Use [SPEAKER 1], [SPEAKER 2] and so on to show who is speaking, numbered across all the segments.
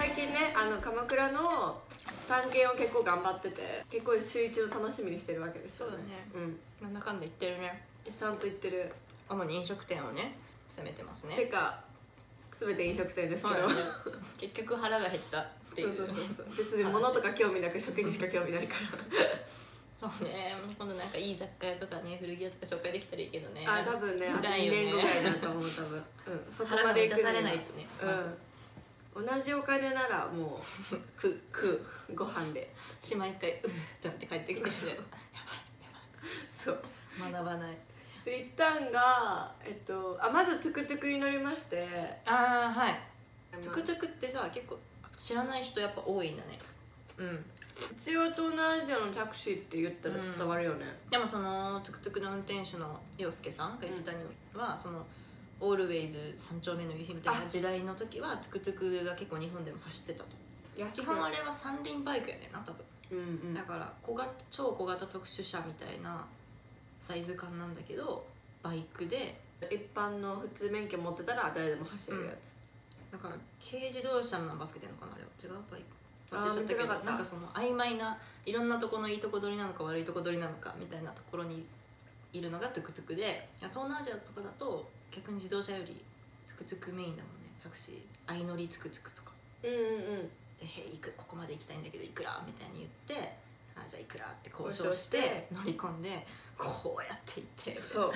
[SPEAKER 1] 最近ね鎌倉の探検を結構頑張ってて、結構週一を楽しみにしてるわけですよね。
[SPEAKER 2] そうだね、なんだかんだ言ってるね。
[SPEAKER 1] ちゃんと言ってる。
[SPEAKER 2] 主に飲食店をね攻めてますね。
[SPEAKER 1] てか全て飲食店ですけど、
[SPEAKER 2] はい、結局腹が減ったっていう。
[SPEAKER 1] そう別に物とか興味なく食にしか興味ないから
[SPEAKER 2] そうね、今度なんかいい雑貨屋とかね、古着屋とか紹介できたらいいけどね。
[SPEAKER 1] 多分ね、2年後ぐらいだと思う。多分そこ
[SPEAKER 2] 腹が
[SPEAKER 1] まで行く
[SPEAKER 2] 満たされないとね、まず
[SPEAKER 1] 同じお金ならもう食うご飯で
[SPEAKER 2] 毎回うってなって帰ってきてやばい
[SPEAKER 1] そう
[SPEAKER 2] 学ばない。
[SPEAKER 1] 一旦がまずトゥクトゥクに乗りまして。
[SPEAKER 2] ああはい、トゥクトゥクってさ結構知らない人やっぱ多いんだね。
[SPEAKER 1] 一応東南アジアのタクシーって言ったら伝わるよね。
[SPEAKER 2] でもそのトゥクトゥクの運転手の陽介さんが言ってたには、そのオールウェイズ三丁目の夕日みたいな時代の時はトゥクトゥクが結構日本でも走ってたと。基本あれは三輪バイクやねんな多分。だから超小型特殊車みたいなサイズ感なんだけど、バイクで
[SPEAKER 1] 一般の普通免許持ってたら誰でも走れるやつ。
[SPEAKER 2] だから軽自動車のナンバーつけてるのかな、あれは違うバイク忘れちゃったけど、なんかその曖昧ないろんなとこのいいとこ取りなのか悪いとこ取りなのかみたいなところにいるのがトゥクトゥクで、東南アジアとかだと逆に自動車よりトゥクトゥクメインだもんね。タクシー相乗りトゥクトゥクとかで「へいここまで行きたいんだけどいくら?」みたいに言って「じゃあいくら?」って交渉して乗り込んでこうやって行ってみたいな。そう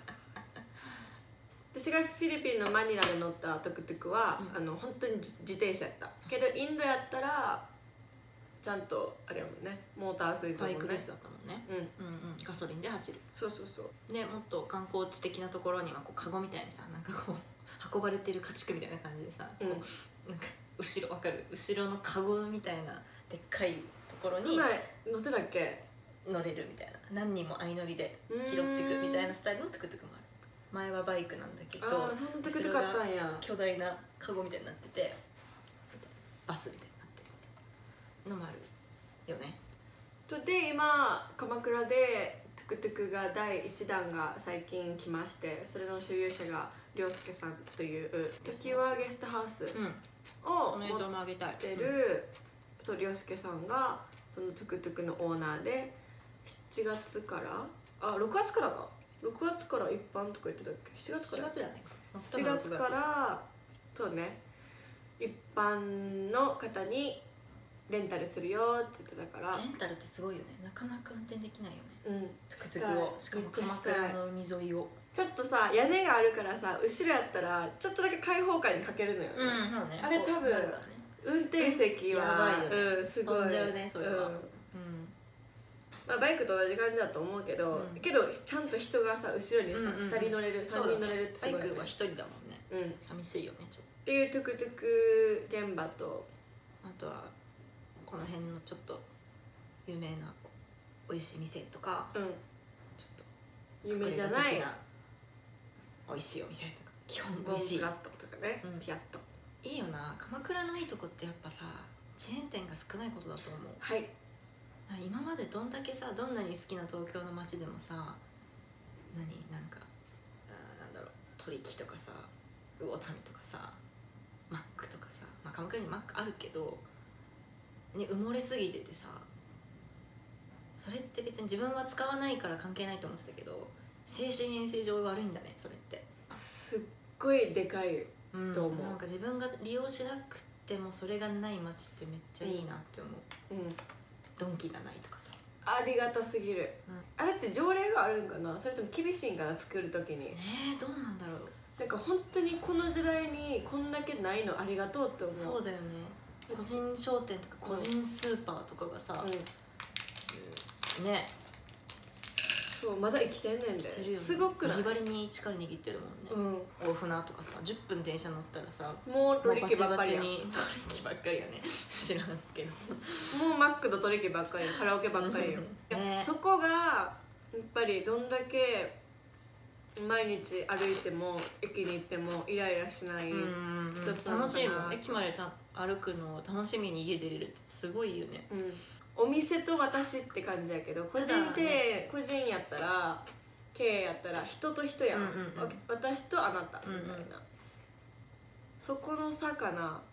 [SPEAKER 1] 私がフィリピンのマニラで乗ったトゥクトゥクは、本当に自転車やったけど、インドやったらちゃんとあれやもんね、モーターついてるもんね。
[SPEAKER 2] バイクレースだったもんね。ガソリンで走る。
[SPEAKER 1] そう
[SPEAKER 2] でもっと観光地的なところにはこうカゴみたいにさ、なんかこう運ばれてる家畜みたいな感じでさ、なんか後ろわかる、後ろのカゴみたいなでっかいところに
[SPEAKER 1] 乗ってたっけ、
[SPEAKER 2] 乗れるみたいな、何人も相乗りで拾ってくみたいなスタイルのトゥクトゥクもある。前はバイクなんだけど、
[SPEAKER 1] そんなトゥクトゥクあったんや。
[SPEAKER 2] 巨大なカゴみたいになっててバスみたいになってるみたいなのもあるよね。
[SPEAKER 1] で今鎌倉でトゥクトゥクが第1弾が最近来まして、それの所有者が涼介さんという常盤ゲストハウスを持ってる涼介さんがそのトゥクトゥクのオーナーで、7月から6月からか6月から一般とか言ってたっけ。7月から
[SPEAKER 2] 7月じゃないかな、
[SPEAKER 1] 7月からそうね、一般の方にレンタルするよって言ってたから。
[SPEAKER 2] レンタルってすごいよね、なかなか運転できないよね。トゥクトゥクを、しかも鎌倉の海沿いを
[SPEAKER 1] ちょっとさ屋根があるからさ、後ろやったらちょっとだけ開放感に欠けるのよね。あれ多分運転席は
[SPEAKER 2] やばいよね、
[SPEAKER 1] すごい
[SPEAKER 2] 飛んじゃうねそれは。
[SPEAKER 1] バイクと同じ感じだと思うけど、ちゃんと人がさ後ろにさ2人乗れる、3人乗れるってすごい。
[SPEAKER 2] バイクは1人だもんね。寂しいよねちょっと。
[SPEAKER 1] っていうトゥクトゥク現場と、
[SPEAKER 2] あとはこの辺のちょっと有名な美味しい店とか、ちょっと
[SPEAKER 1] 有名じゃない
[SPEAKER 2] 美味しいお店とか、基本美味しい
[SPEAKER 1] フラットとかね、ピアット
[SPEAKER 2] いいよな。鎌倉のいいとこってやっぱさチェーン店が少ないことだと思う。
[SPEAKER 1] はい。
[SPEAKER 2] 今までどんだけさ、どんなに好きな東京の街でもさ、なんかなんだろう、鳥木とかさ、魚民とかさ、マックとかさ、鎌倉にマックあるけど、ね、埋もれすぎててさ、それって別に自分は使わないから関係ないと思ってたけど、精神衛生上悪いんだねそれって。
[SPEAKER 1] すっごいでかいと思う。
[SPEAKER 2] なんか自分が利用しなくてもそれがない街ってめっちゃいいなって思う。ドンキがないとかさ、
[SPEAKER 1] ありがたすぎる。あれって条例があるんかな、それとも厳しいんかな、作る時に。
[SPEAKER 2] どうなんだろう。
[SPEAKER 1] なんか本当にこの時代にこんだけないのありがとうって思う。
[SPEAKER 2] そうだよね。個人商店とか個人スーパーとかがさ、ね、
[SPEAKER 1] そうまだ生きてんねんで。すごくない？
[SPEAKER 2] バリバリに力握ってるもんね。大船とかさ、10分電車乗ったらさ、
[SPEAKER 1] もう取り木ばっかりや。
[SPEAKER 2] 取り木ばっかりやね。知らんけど
[SPEAKER 1] もうマックと取り木ばっかり、カラオケばっかりよ。そこがやっぱりどんだけ毎日歩いても駅に行ってもイライラしない一つなのかな。
[SPEAKER 2] 楽しいもん。駅まで歩くのを楽しみに家出れるってすごいよね。
[SPEAKER 1] お店と私って感じやけど、個人やったら経営やったら人と人やん、私とあなたみたいな、そこの差かな。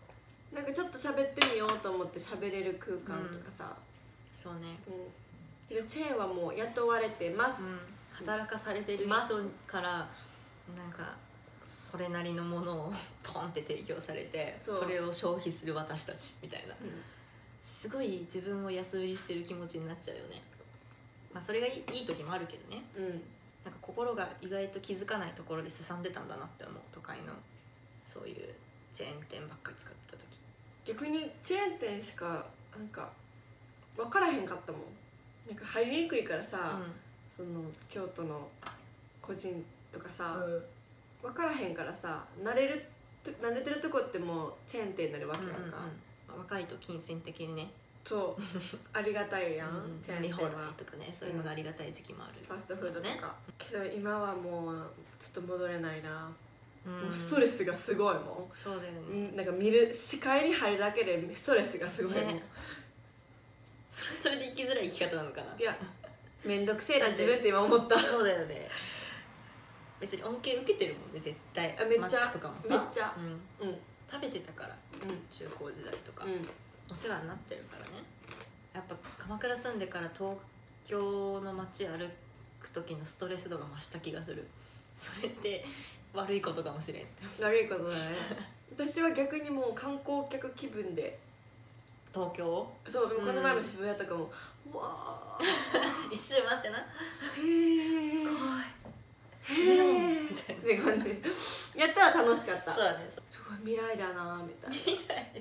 [SPEAKER 1] なんかちょっと喋ってみようと思って喋れる空間とかさ、
[SPEAKER 2] そうね、
[SPEAKER 1] でチェーンはもう雇われてます、
[SPEAKER 2] 働かされてる人からなんかそれなりのものをポンって提供されて、それを消費する私たちみたいな、すごい自分を安売りしてる気持ちになっちゃうよね。まあそれがいい時もあるけどね、なんか心が意外と気づかないところですさんでたんだなって思う。都会のそういうチェーン店ばっかり使ってた時、
[SPEAKER 1] 逆にチェーン店しかなんか分からへんかったもん。なんか入りにくいからさ、その京都の個人とかさ、分からへんからさ、慣れてるとこってもうチェーン店になるわけやんか、
[SPEAKER 2] 若いと金銭的にね、
[SPEAKER 1] そうありがたいやん、
[SPEAKER 2] チェーン店放題とかね、そういうのがありがたい時期もある、
[SPEAKER 1] ファーストフードとか、けど今はもうちょっと戻れないな、もうストレスがすごいもん。
[SPEAKER 2] そうだよね、
[SPEAKER 1] なんか視界に入るだけでストレスがすごいもん、
[SPEAKER 2] それで生きづらい生き方なのかな。
[SPEAKER 1] いやめんどくせえな自分って今思った。
[SPEAKER 2] そうだよね、別に恩恵受けてるもんね絶対。
[SPEAKER 1] めっちゃ
[SPEAKER 2] マックとかもさ、
[SPEAKER 1] めっちゃ、
[SPEAKER 2] 食べてたから、中高時代とか、お世話になってるからね。やっぱ鎌倉住んでから東京の街歩く時のストレス度が増した気がする。それって悪いことかもしれん。
[SPEAKER 1] 悪いことだね私は逆にもう観光客気分で
[SPEAKER 2] 東京、
[SPEAKER 1] そうこの前も渋谷とかもうわ
[SPEAKER 2] ー一周待ってな、
[SPEAKER 1] へえ
[SPEAKER 2] すごい
[SPEAKER 1] へえみたいな感じやったら楽しかった。
[SPEAKER 2] そうだね、
[SPEAKER 1] すごい未来だなみたいな
[SPEAKER 2] 未来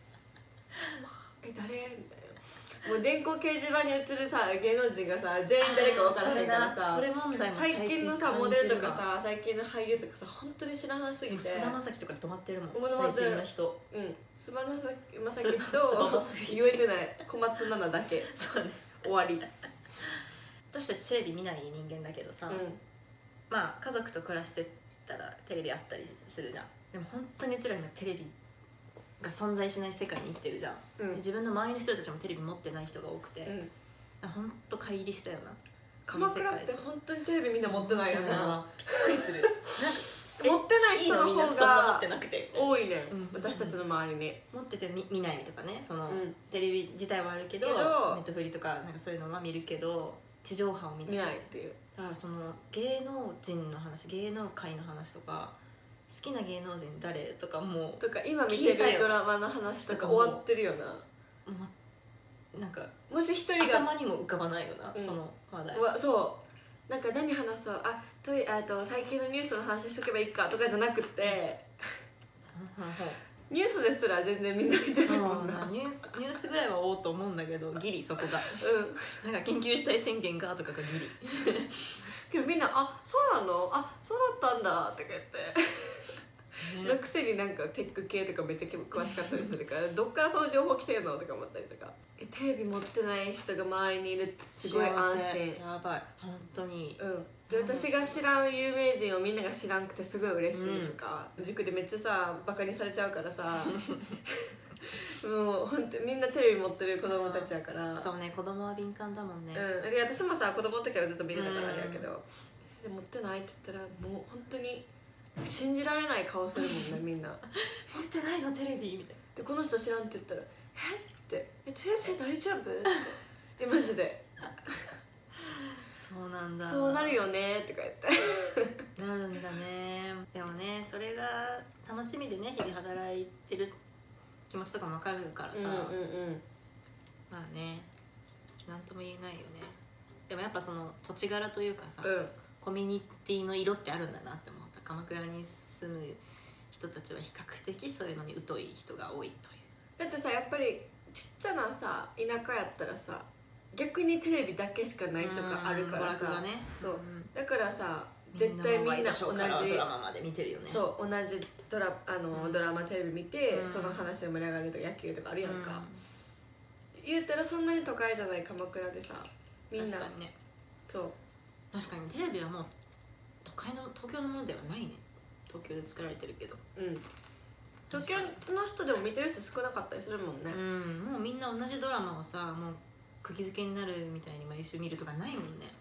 [SPEAKER 1] 誰みたいな。もう電光掲示板に映るさ芸能人がさ全員誰か分からへんからさ、
[SPEAKER 2] それ問題も
[SPEAKER 1] 最近のさモデルとかさ最近の俳優とかさ本当に知らなすぎて、
[SPEAKER 2] 菅田将暉とか止まってるもん
[SPEAKER 1] 最
[SPEAKER 2] 新の人。
[SPEAKER 1] 菅田将暉と言えてない小松菜奈だけ
[SPEAKER 2] そうね、
[SPEAKER 1] 終わり。
[SPEAKER 2] 私たちテレビ見ない人間だけどさ、まあ家族と暮らしてたらテレビあったりするじゃん。でも本当にうちら今テレビが存在しない世界に生きてるじゃん、自分の周りの人たちもテレビ持ってない人が多くて、本当乖離したよな。
[SPEAKER 1] 鎌倉って本当にテレビみんな持ってないよな。
[SPEAKER 2] びっくりする。
[SPEAKER 1] 持ってない人の方が
[SPEAKER 2] そんな持ってなくて
[SPEAKER 1] 多いね、私たちの周りに。
[SPEAKER 2] 持ってて見ないとかね、そのテレビ自体はあるけど、ネットフリとかなんかそういうのは見るけど地上波を見ない
[SPEAKER 1] っていう。
[SPEAKER 2] だからその芸能人の話、芸能界の話とか、好きな芸能人誰とかも
[SPEAKER 1] とか今見てるドラマの話とか終わってるよな。
[SPEAKER 2] なんか
[SPEAKER 1] もし一人が
[SPEAKER 2] 頭にも浮かばないよな、その話題。
[SPEAKER 1] そうなんか何話そう、最近のニュースの話しとけばいいかとかじゃなくてニュースですら全然みんな見てないもんな。
[SPEAKER 2] ニュースぐらいはおうと思うんだけど、ギリそこがなんか緊急事態宣言がとかがギリ
[SPEAKER 1] けどみんな「あそうなの、あそうだったんだ」とか言ってのくせになんかテック系とかめっちゃ詳しかったりするからどっからその情報来てんのとか思ったりとか。テレビ持ってない人が周りにいるってすごい安心。
[SPEAKER 2] やばい本当に。
[SPEAKER 1] で私が知らん有名人をみんなが知らんくてすごい嬉しいとか、塾でめっちゃさバカにされちゃうからさもう本当みんなテレビ持ってる子供たちやから。
[SPEAKER 2] そうね、子供は敏感だもんね。
[SPEAKER 1] で私もさ子供の時からずっと見てたからあれやけど、先生持ってないって言ったらもう本当に信じられない顔するもんねみんな
[SPEAKER 2] 持ってないのテレビみたいな。
[SPEAKER 1] でこの人知らんって言ったら「えっ?」て「先生大丈夫?」ってマジで
[SPEAKER 2] そうなんだ、
[SPEAKER 1] そうなるよねとか言って
[SPEAKER 2] なるんだね。でもね、それが楽しみでね日々働いてる気持ちとかも分かるからさ、まあね、なんとも言えないよね。でもやっぱその土地柄というかさ、コミュニティの色ってあるんだなって思った。鎌倉に住む人たちは比較的そういうのに疎い人が多いという。
[SPEAKER 1] だってさやっぱりちっちゃなさ田舎やったらさ逆にテレビだけしかないとかあるからさ、そうだからさ絶対みんな同じ
[SPEAKER 2] ドラマまで見てるよね。
[SPEAKER 1] そう同じドラマテレビ見てその話で盛り上がるとか野球とかあるやんか。言うたらそんなに都会じゃない鎌倉でさみんな。
[SPEAKER 2] 確かにね。
[SPEAKER 1] そう
[SPEAKER 2] 確かにテレビはもう東京のものではないね。東京で作られてるけど、
[SPEAKER 1] 東京の人でも見てる人少なかったりするもんね。
[SPEAKER 2] もうみんな同じドラマをさもう釘付けになるみたいに毎週見るとかないもんね。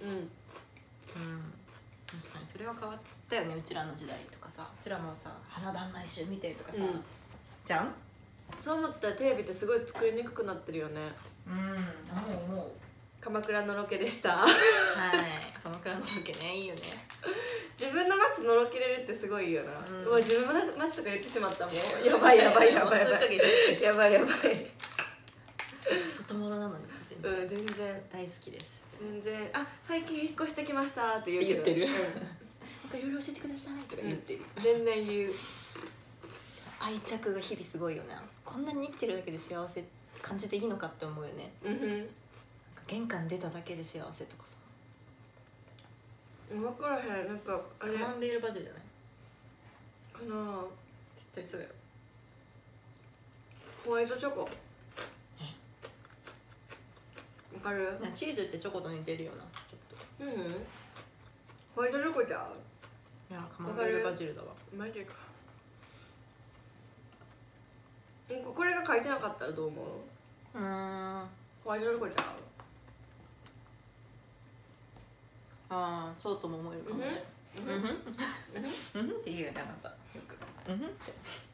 [SPEAKER 2] 確かにそれは変わったよね。うちらの時代とかさ、うちらもさ花壇毎週見てとかさ、じゃん
[SPEAKER 1] そう思ったらテレビってすごい作りにくくなってるよね。
[SPEAKER 2] もう
[SPEAKER 1] 鎌倉のロケでした
[SPEAKER 2] はい鎌倉のロケね、いいよね。
[SPEAKER 1] 自分の街のろけれるってすごいいいよな、もう自分の街とか言ってしまったもん。やばいやばいやばいやばいやばいやばい
[SPEAKER 2] 外物なのに
[SPEAKER 1] 全然
[SPEAKER 2] 大好きです。
[SPEAKER 1] 全然最近引っ越してきましたって
[SPEAKER 2] 言ってる。
[SPEAKER 1] なん
[SPEAKER 2] かいろいろ教えてくださいとか言ってる。
[SPEAKER 1] 全然言う。
[SPEAKER 2] 愛着が日々すごいよね。こんなに生きてるだけで幸せ感じていいのかって思うよね。玄関出ただけで幸せとかさ。
[SPEAKER 1] 分からへん、なんか
[SPEAKER 2] あれカマンベールバジルじゃない
[SPEAKER 1] かな。
[SPEAKER 2] 絶対そうやろ。
[SPEAKER 1] ホワイトチョコ分かる？
[SPEAKER 2] チーズってチョコと似てるよな、ちょっと。
[SPEAKER 1] ホワイトチョコじゃん。
[SPEAKER 2] いや、カマンベールバジルだわ。
[SPEAKER 1] マジか。これが書いてなかったらどう思う？ホワイトチョコじゃん。
[SPEAKER 2] そうとも思えるかもね。って言うよね、あなたよく。って